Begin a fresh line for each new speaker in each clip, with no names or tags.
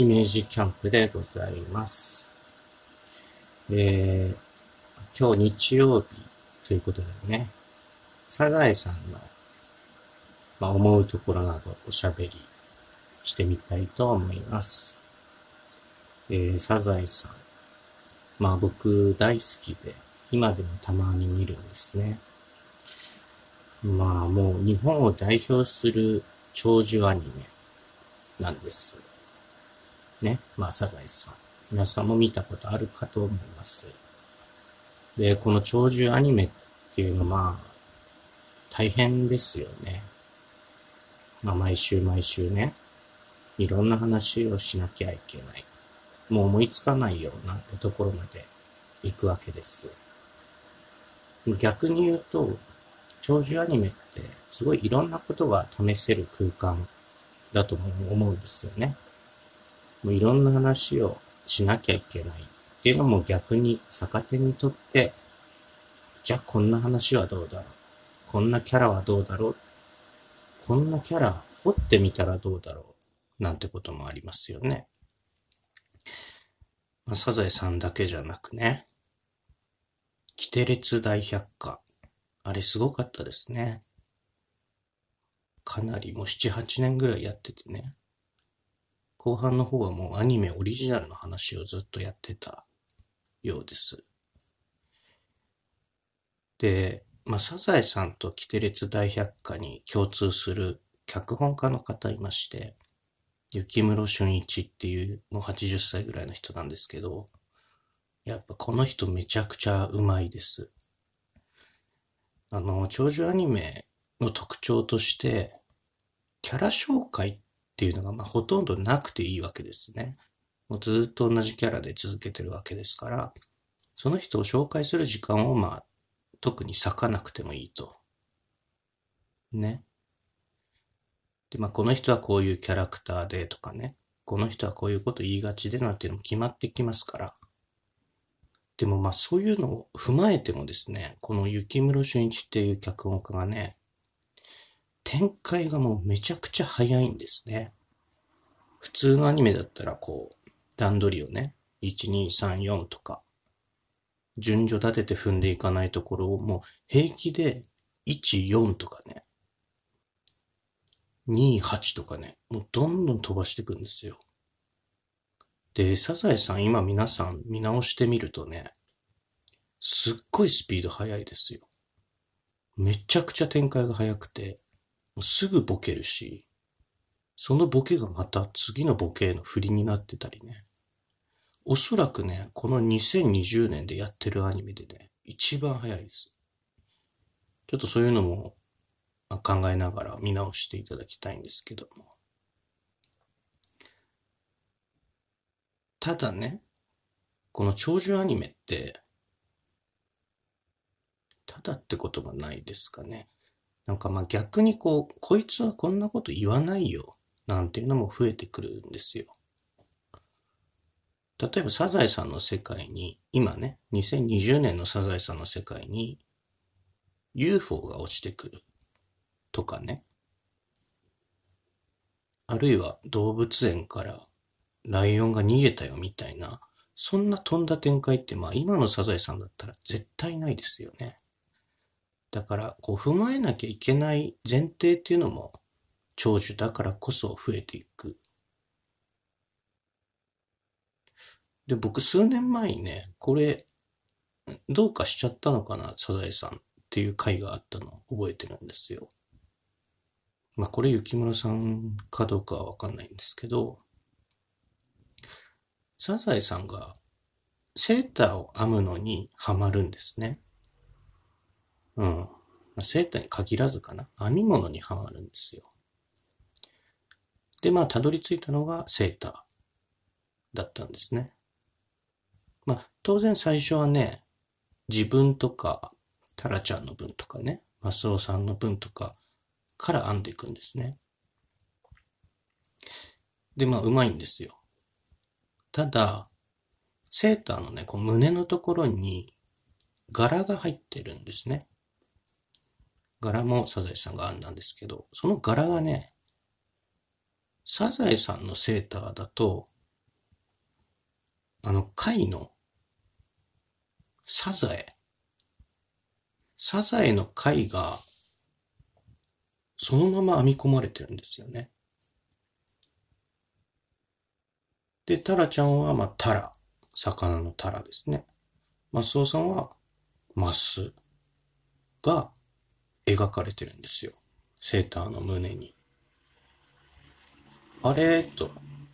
イメージキャンプでございます。今日日曜日ということでね、サザエさんの、思うところなどおしゃべりしてみたいと思います。サザエさん。僕大好きで、今でもたまに見るんですね。もう日本を代表する長寿アニメなんです。ね。サザエさん。皆さんも見たことあるかと思います。で、この長寿アニメっていうのは、大変ですよね。毎週毎週ね、いろんな話をしなきゃいけない。もう思いつかないようなところまで行くわけです。逆に言うと、長寿アニメってすごいいろんなことが試せる空間だと思うんですよね。もういろんな話をしなきゃいけないっていうのも逆に逆手にとって、じゃあこんな話はどうだろう。こんなキャラはどうだろう。こんなキャラ掘ってみたらどうだろう。なんてこともありますよね。サザエさんだけじゃなくね。キテレツ大百科。あれすごかったですね。かなりもう7、8年ぐらいやっててね。後半の方はもうアニメオリジナルの話をずっとやってたようです。で、サザエさんとキテレツ大百科に共通する脚本家の方いまして、雪室俊一っていうもう80歳ぐらいの人なんですけど、やっぱこの人めちゃくちゃうまいです。長寿アニメの特徴として、キャラ紹介っていうのがほとんどなくていいわけですね。もうずっと同じキャラで続けてるわけですから、その人を紹介する時間を特に割かなくてもいいと。ね。で、この人はこういうキャラクターでとかね、この人はこういうこと言いがちでなんていうのも決まってきますから。でもそういうのを踏まえてもですね、この雪室俊一っていう脚本家がね、展開がもうめちゃくちゃ早いんですね。普通のアニメだったら段取りをね、1、2、3、4とか、順序立てて踏んでいかないところをもう平気で1、4とかね、2、8とかね、もうどんどん飛ばしていくんですよ。で、サザエさん今皆さん見直してみるとね、すっごいスピード速いですよ。めちゃくちゃ展開が速くて、もうすぐボケるし、そのボケがまた次のボケの振りになってたりね。おそらくね、この2020年でやってるアニメでね、一番早いです。ちょっとそういうのも考えながら見直していただきたいんですけども。ただね、この長寿アニメって、ただってことがないですかね。なんか逆にこいつはこんなこと言わないよ、なんていうのも増えてくるんですよ。例えばサザエさんの世界に、今ね、2020年のサザエさんの世界に UFO が落ちてくるとかね。あるいは動物園からライオンが逃げたよみたいな、そんな飛んだ展開って今のサザエさんだったら絶対ないですよね。だから踏まえなきゃいけない前提っていうのも長寿だからこそ増えていく。で、僕数年前にね、これどうかしちゃったのかな、サザエさんっていう回があったのを覚えてるんですよ。これ雪室さんかどうかはわかんないんですけど、サザエさんがセーターを編むのにハマるんですね。うん。セーターに限らずかな。編み物にハマるんですよ。で、たどり着いたのがセーターだったんですね。当然最初はね、自分とか、タラちゃんの分とかね、マスオさんの分とかから編んでいくんですね。で、うまいんですよ。ただ、セーターのね、胸のところに柄が入ってるんですね。柄もサザエさんが編んだんですけど、その柄がね、サザエさんのセーターだと貝のサザエ。サザエの貝がそのまま編み込まれてるんですよね。で、タラちゃんは、タラ。魚のタラですね。マスオさんは、マスが描かれてるんですよ。セーターの胸に。あれと。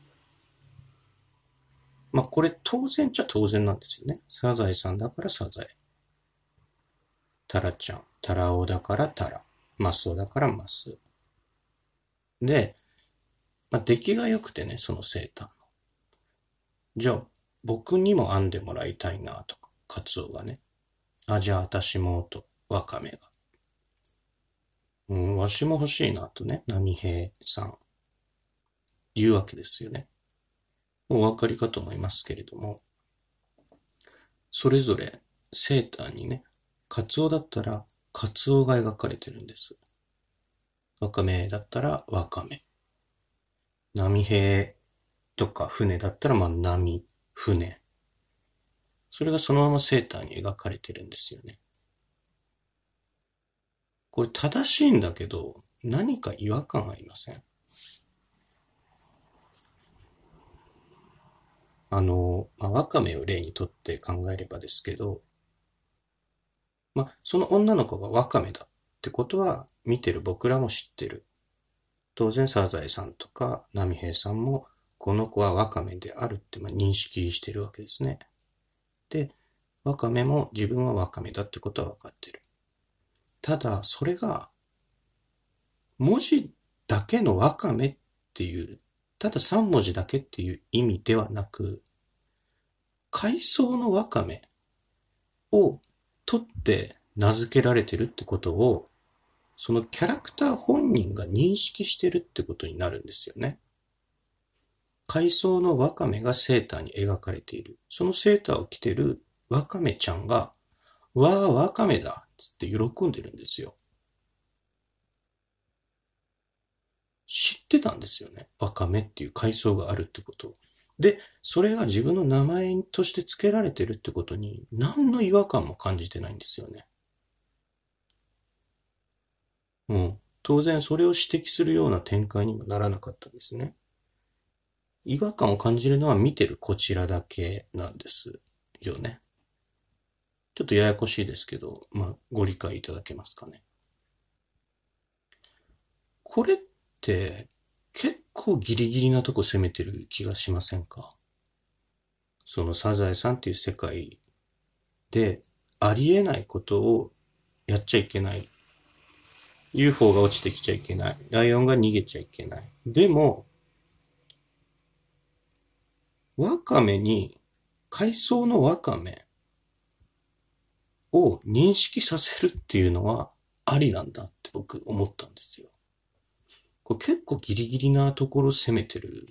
これ当然っちゃ当然なんですよね。サザエさんだからサザエ。タラちゃん。タラオだからタラ。マスオだからマス。で、出来が良くてね、そのセーターの。じゃあ、僕にも編んでもらいたいなとか、カツオがね。じゃあ私もと、ワカメが。わしも欲しいなとね、波平さん、言うわけですよね。もうお分かりかと思いますけれども、それぞれセーターにね、カツオだったら、カツオが描かれてるんです。ワカメだったら、ワカメ。波平とか船だったら、波、船。それがそのままセーターに描かれてるんですよね。これ正しいんだけど、何か違和感ありません？ワカメを例にとって考えればですけど、その女の子がワカメだってことは、見てる僕らも知ってる。当然、サザエさんとか、波平さんも、この子はワカメであるって認識してるわけですね。で、ワカメも自分はワカメだってことは分かってる。ただ、それが、文字だけのワカメっていう、ただ3文字だけっていう意味ではなく、海藻のワカメを取って名付けられてるってことを、そのキャラクター本人が認識してるってことになるんですよね。海藻のワカメがセーターに描かれている。そのセーターを着てるワカメちゃんが、わーワカメだっつって喜んでるんですよ。知ってたんですよね。ワカメっていう海藻があるってことを。で、それが自分の名前として付けられてるってことに、何の違和感も感じてないんですよね。うん。当然それを指摘するような展開にもならなかったんですね。違和感を感じるのは見てるこちらだけなんですよね。ちょっとややこしいですけど、ご理解いただけますかね。これって結構ギリギリなとこ攻めてる気がしませんか？そのサザエさんっていう世界でありえないことをやっちゃいけない。UFO が落ちてきちゃいけない。ライオンが逃げちゃいけない。でも、ワカメに、海藻のワカメを認識させるっていうのはありなんだって僕思ったんですよ。これ結構ギリギリなところ攻めてる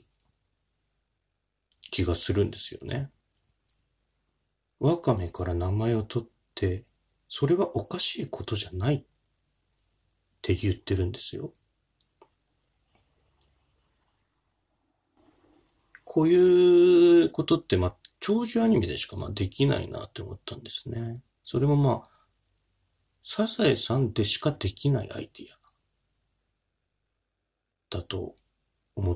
気がするんですよね。ワカメから名前を取って、それはおかしいことじゃないって言ってるんですよ。こういうことって、長寿アニメでしかできないなって思ったんですね。それもサザエさんでしかできないアイディアだと思って、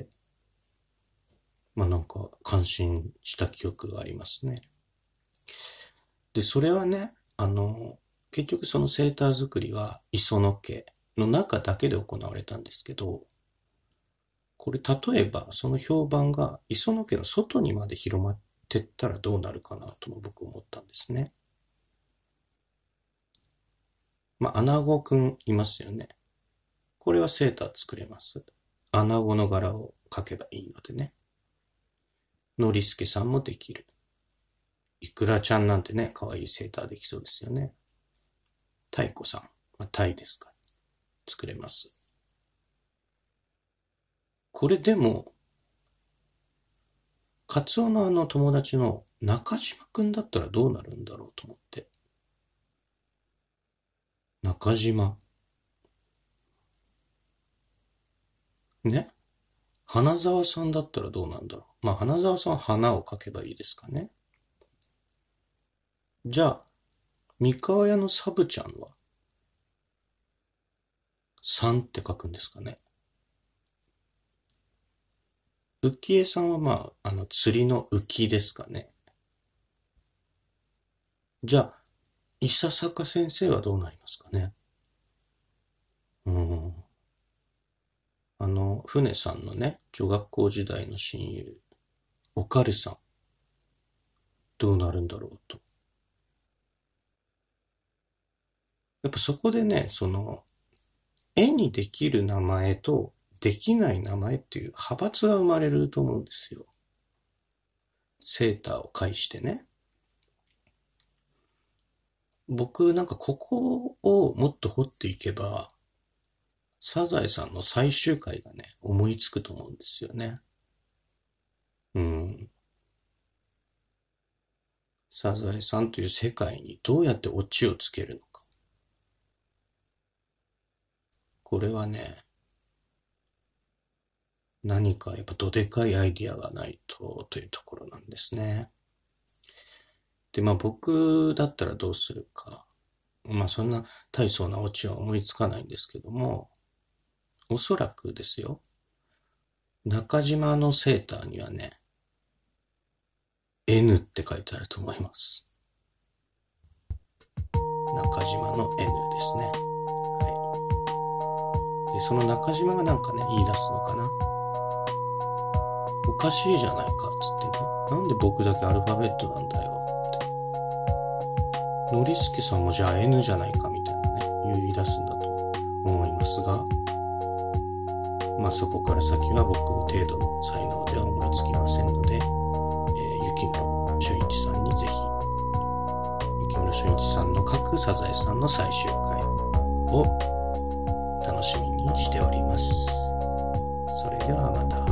なんか感心した記憶がありますね。で、それはね、結局そのセーター作りは磯野家の中だけで行われたんですけど、これ例えばその評判が磯野家の外にまで広まってったらどうなるかなとも僕思ったんですね。アナゴくんいますよね。これはセーター作れます。アナゴの柄を描けばいいのでね。ノリスケさんもできる。イクラちゃんなんてね、可愛いセーターできそうですよね。タイコさん。タイですか？作れます。これでも、カツオの友達の中島くんだったらどうなるんだろうと思って。中島。ね。花沢さんだったらどうなんだろ花沢さんは花を描けばいいですかね。じゃあ、三河屋のサブちゃんは、さんって書くんですかね。浮江さんは釣りの浮きですかね。じゃあ、伊佐坂先生はどうなりますかね。うん。船さんのね、女学校時代の親友、おかるさん、どうなるんだろうと。やっぱそこでね、絵にできる名前と、できない名前っていう派閥が生まれると思うんですよ。セーターを介してね。僕なんかここをもっと掘っていけば、サザエさんの最終回がね、思いつくと思うんですよね。うん。サザエさんという世界にどうやってオチをつけるのか。これはね、何かやっぱどでかいアイディアがないというところなんですね。で、僕だったらどうするか。そんな大層なオチは思いつかないんですけども、おそらくですよ、中島のセーターにはね、N って書いてあると思います。中島の N ですね。はい。で、その中島がなんかね、言い出すのかな。おかしいじゃないか、つってね。なんで僕だけアルファベットなんだよ、って。ノリスケさんもじゃあ N じゃないか、みたいなね、言い出すんだと思いますが、そこから先は僕程度の才能では思いつきませんので、雪室俊一さんにぜひ、雪室俊一さんの書くサザエさんの最終回を楽しみにしております。それではまた。